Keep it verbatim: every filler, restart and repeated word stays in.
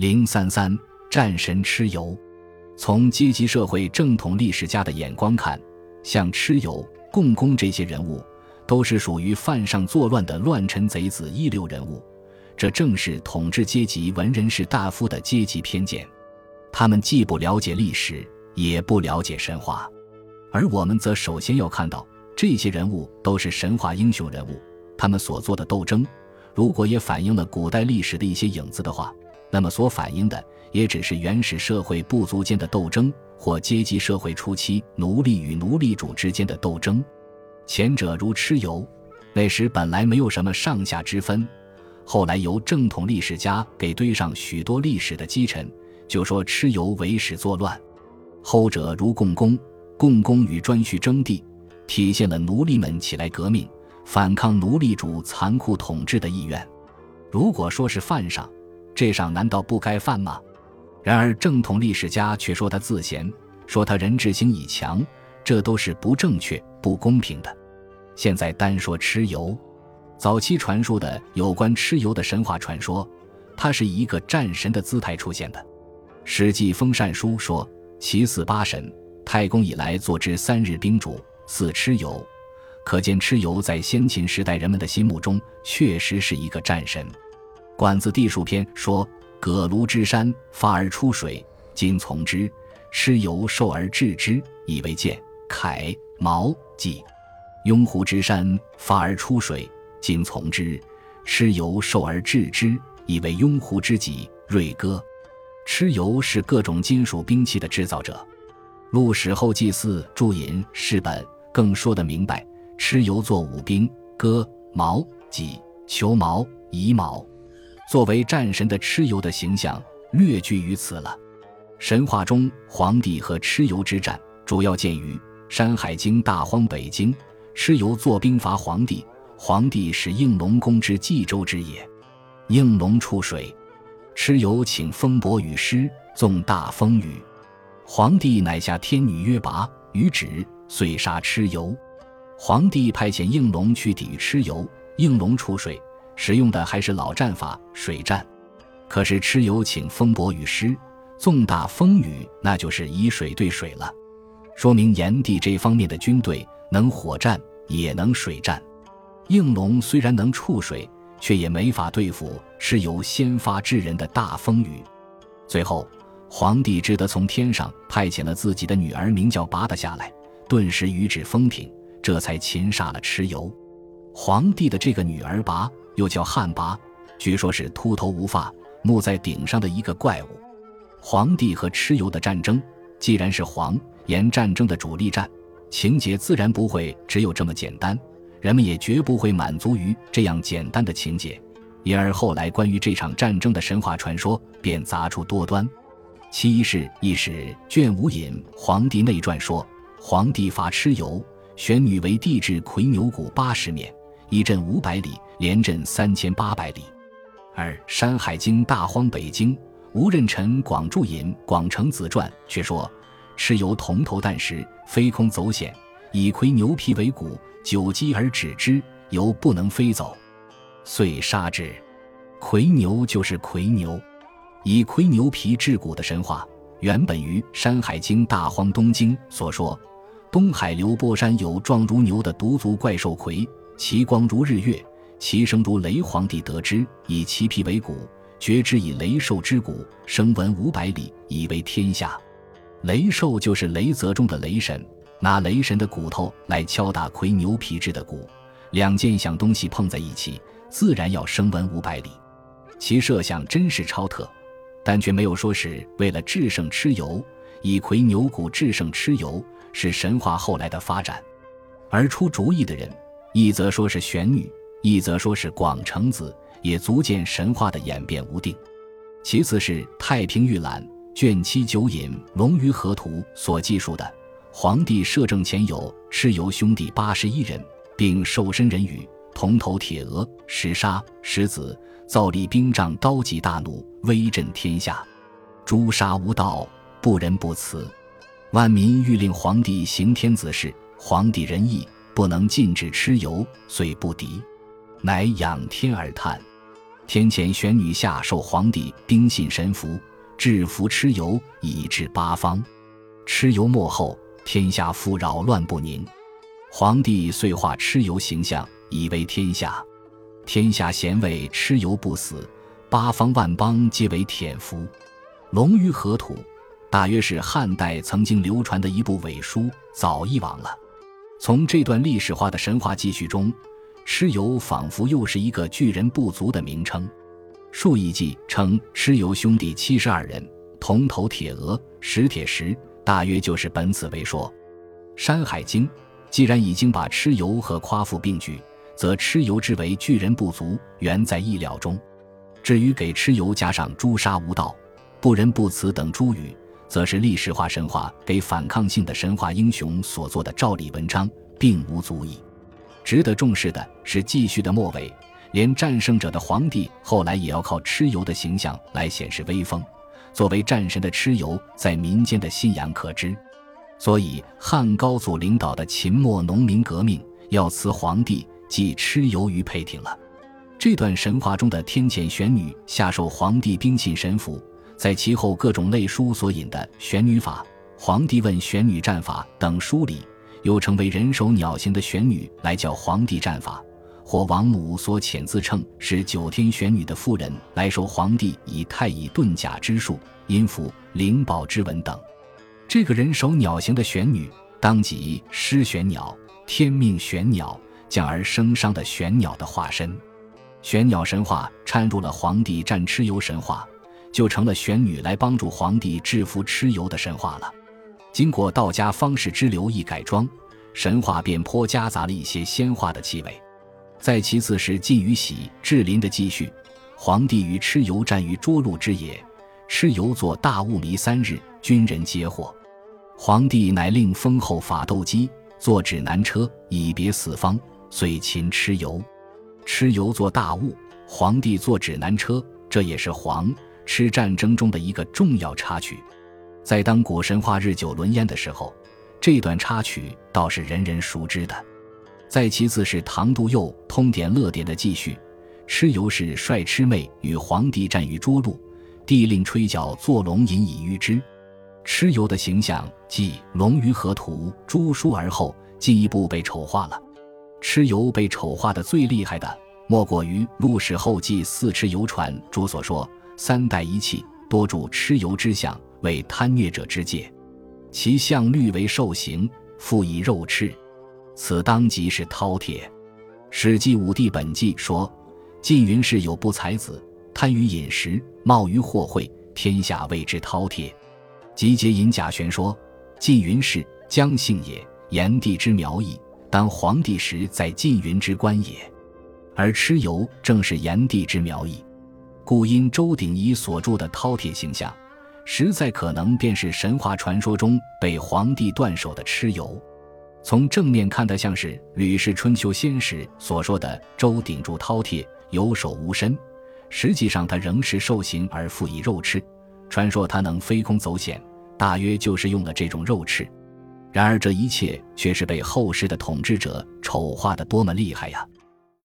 零三三战神蚩尤。从阶级社会正统历史家的眼光看，像蚩尤、共工这些人物都是属于犯上作乱的乱臣贼子一流人物，这正是统治阶级文人士大夫的阶级偏见。他们既不了解历史，也不了解神话，而我们则首先要看到这些人物都是神话英雄人物，他们所做的斗争如果也反映了古代历史的一些影子的话，那么所反映的也只是原始社会部族间的斗争，或阶级社会初期奴隶与奴隶主之间的斗争。前者如蚩尤，那时本来没有什么上下之分，后来由正统历史家给堆上许多历史的基尘，就说蚩尤为始作乱。后者如共工，共工与颛顼争地，体现了奴隶们起来革命反抗奴隶主残酷统治的意愿。如果说是犯上，这上难道不该犯吗？然而正统历史家却说他自贤，说他人志行以强，这都是不正确不公平的。现在单说蚩尤，早期传述的有关蚩尤的神话传说，他是以一个战神的姿态出现的。史记封禅书说，其祀八神，太公以来坐之三日宾主，祀蚩尤。可见蚩尤在先秦时代人们的心目中确实是一个战神。管子地术篇说，葛庐之山发而出水，今从之，蚩尤受而治之，以为剑、铠、矛、戟。雍湖之山发而出水，今从之，蚩尤受而治之，以为雍湖之戟、锐戈。蚩尤是各种金属兵器的制造者。陆史后祭祀注引释本更说得明白，蚩尤作五兵，戈、矛、戟、虬矛、夷矛。作为战神的蚩尤的形象略居于此了。神话中黄帝和蚩尤之战主要见于《山海经·大荒北经》，蚩尤作兵伐黄帝，黄帝使应龙攻之冀州之野，应龙出水，蚩尤请风伯雨师，纵大风雨，黄帝乃下天女曰拔，雨止，遂杀蚩尤。黄帝派遣应龙去抵御蚩尤，应龙出水，使用的还是老战法水战。可是蚩尤请风伯雨师，纵大风雨，那就是以水对水了，说明炎帝这方面的军队能火战也能水战。应龙虽然能触水，却也没法对付蚩尤先发制人的大风雨。最后黄帝只得从天上派遣了自己的女儿名叫拔的下来，顿时雨止风停，这才擒杀了蚩尤。黄帝的这个女儿拔又叫汉拔，据说是秃头无发木在顶上的一个怪物。黄帝和蚩尤的战争既然是黄炎战争的主力战，情节自然不会只有这么简单，人们也绝不会满足于这样简单的情节，因而后来关于这场战争的神话传说便杂出多端。其一是一史卷五引《黄帝内传》说，黄帝伐蚩尤，选女为帝至夔牛谷八十面，一镇五百里，连镇三千八百里。而《山海经·大荒北经》吴任臣广注引《广成子传》却说，蚩尤铜头弹时，飞空走险，以夔牛皮为骨，久击而止之，犹不能飞走，遂杀之。夔牛就是夔牛，以夔牛皮制骨的神话原本于《山海经·大荒东经》所说，东海流波山有状如牛的独足怪兽夔，其光如日月，其声如雷。皇帝得之，以其皮为骨，觉之以雷兽之骨，声闻五百里，以为天下。雷兽就是雷泽中的雷神，拿雷神的骨头来敲打夔牛皮制的骨，两件响东西碰在一起，自然要声闻五百里。其设想真是超特，但却没有说是为了制胜蚩尤，以夔牛骨制胜蚩尤是神话后来的发展。而出主意的人，一则说是玄女，一则说是广成子，也足见神话的演变无定。其次是《太平御览》卷七九引《龙鱼河图》所记述的，黄帝摄政前有蚩尤兄弟八十一人，并兽身人羽，铜头铁额，石杀石子，造立兵仗，刀戟大弩，威震天下。诛杀无道，不仁不慈。万民欲令黄帝行天子事，黄帝仁义，不能禁止蚩尤，遂不敌，乃仰天而叹。 天前玄女下受皇帝兵信神符，制服蚩尤，以治八方。蚩尤没后，天下复扰乱不宁。皇帝遂化蚩尤形象，以为天下。天下咸为蚩尤不死，八方万邦皆为舔服。龙于河图，大约是汉代曾经流传的一部伪书，早已亡了。从这段历史化的神话记叙中，蚩尤仿佛又是一个巨人部族的名称。数异记称蚩尤兄弟七十二人，铜头铁额，石铁石，大约就是本此为说。山海经既然已经把蚩尤和夸父并举，则蚩尤之为巨人部族，原在意料中。至于给蚩尤加上诛杀无道、不仁不慈等诸语，则是历史化神话给反抗性的神话英雄所做的照例文章，并无足矣。值得重视的是继续的末尾，连战胜者的皇帝后来也要靠蚩尤的形象来显示威风。作为战神的蚩尤在民间的信仰可知，所以汉高祖领导的秦末农民革命要辞皇帝，即蚩尤于沛庭了。这段神话中的天谴玄女下受皇帝兵信神符，在其后各种类书所引的玄女法、皇帝问玄女战法等书里，又成为人首鸟形的玄女来教皇帝战法，或王母所遣自称是九天玄女的妇人来授皇帝以太乙遁甲之术、阴符、灵宝之文等。这个人首鸟形的玄女，当即狮玄鸟、天命玄鸟、降而生商的玄鸟的化身。玄鸟神话掺入了皇帝战蚩尤神话，就成了玄女来帮助皇帝制服蚩尤的神话了。经过道家方士之流一改装，神话便颇夹杂了一些仙化的气味。再其次是晋于喜、智林的记叙，皇帝与蚩尤战于涿鹿之野，蚩尤作大雾迷三日，军人皆获。皇帝乃令封后法斗鸡，坐指南车，以别四方，遂擒蚩尤。蚩尤作大雾，皇帝坐指南车，这也是黄蚩战争中的一个重要插曲。在当古神话日久轮焉的时候，这段插曲倒是人人熟知的。再其次是唐杜佑通典乐典的记叙，蚩尤是率魑魅与皇帝战于涿鹿，帝令吹角作龙引以御之。蚩尤的形象即龙于河图诛书而后进一步被丑化了。蚩尤被丑化的最厉害的，莫过于《陆史后记四蚩尤传》注所说，三代一气，多著蚩尤之相，为贪虐者之戒，其相律为兽形，复以肉翅，此当即是饕餮。史记武帝本纪说，晋云氏有不才子，贪于饮食，冒于货会，天下谓之饕餮。集结尹甲玄说，晋云氏姜姓也，炎帝之苗裔，当皇帝时在晋云之官也。而蚩尤正是炎帝之苗裔，故因周鼎彝所著的饕餮形象，实在可能便是神话传说中被皇帝断手的蚩尤。从正面看，它像是《吕氏春秋先史》所说的周鼎著饕餮，有手无身，实际上它仍是兽形而附以肉翅，传说它能飞空走险，大约就是用了这种肉翅。然而这一切却是被后世的统治者丑化得多么厉害呀！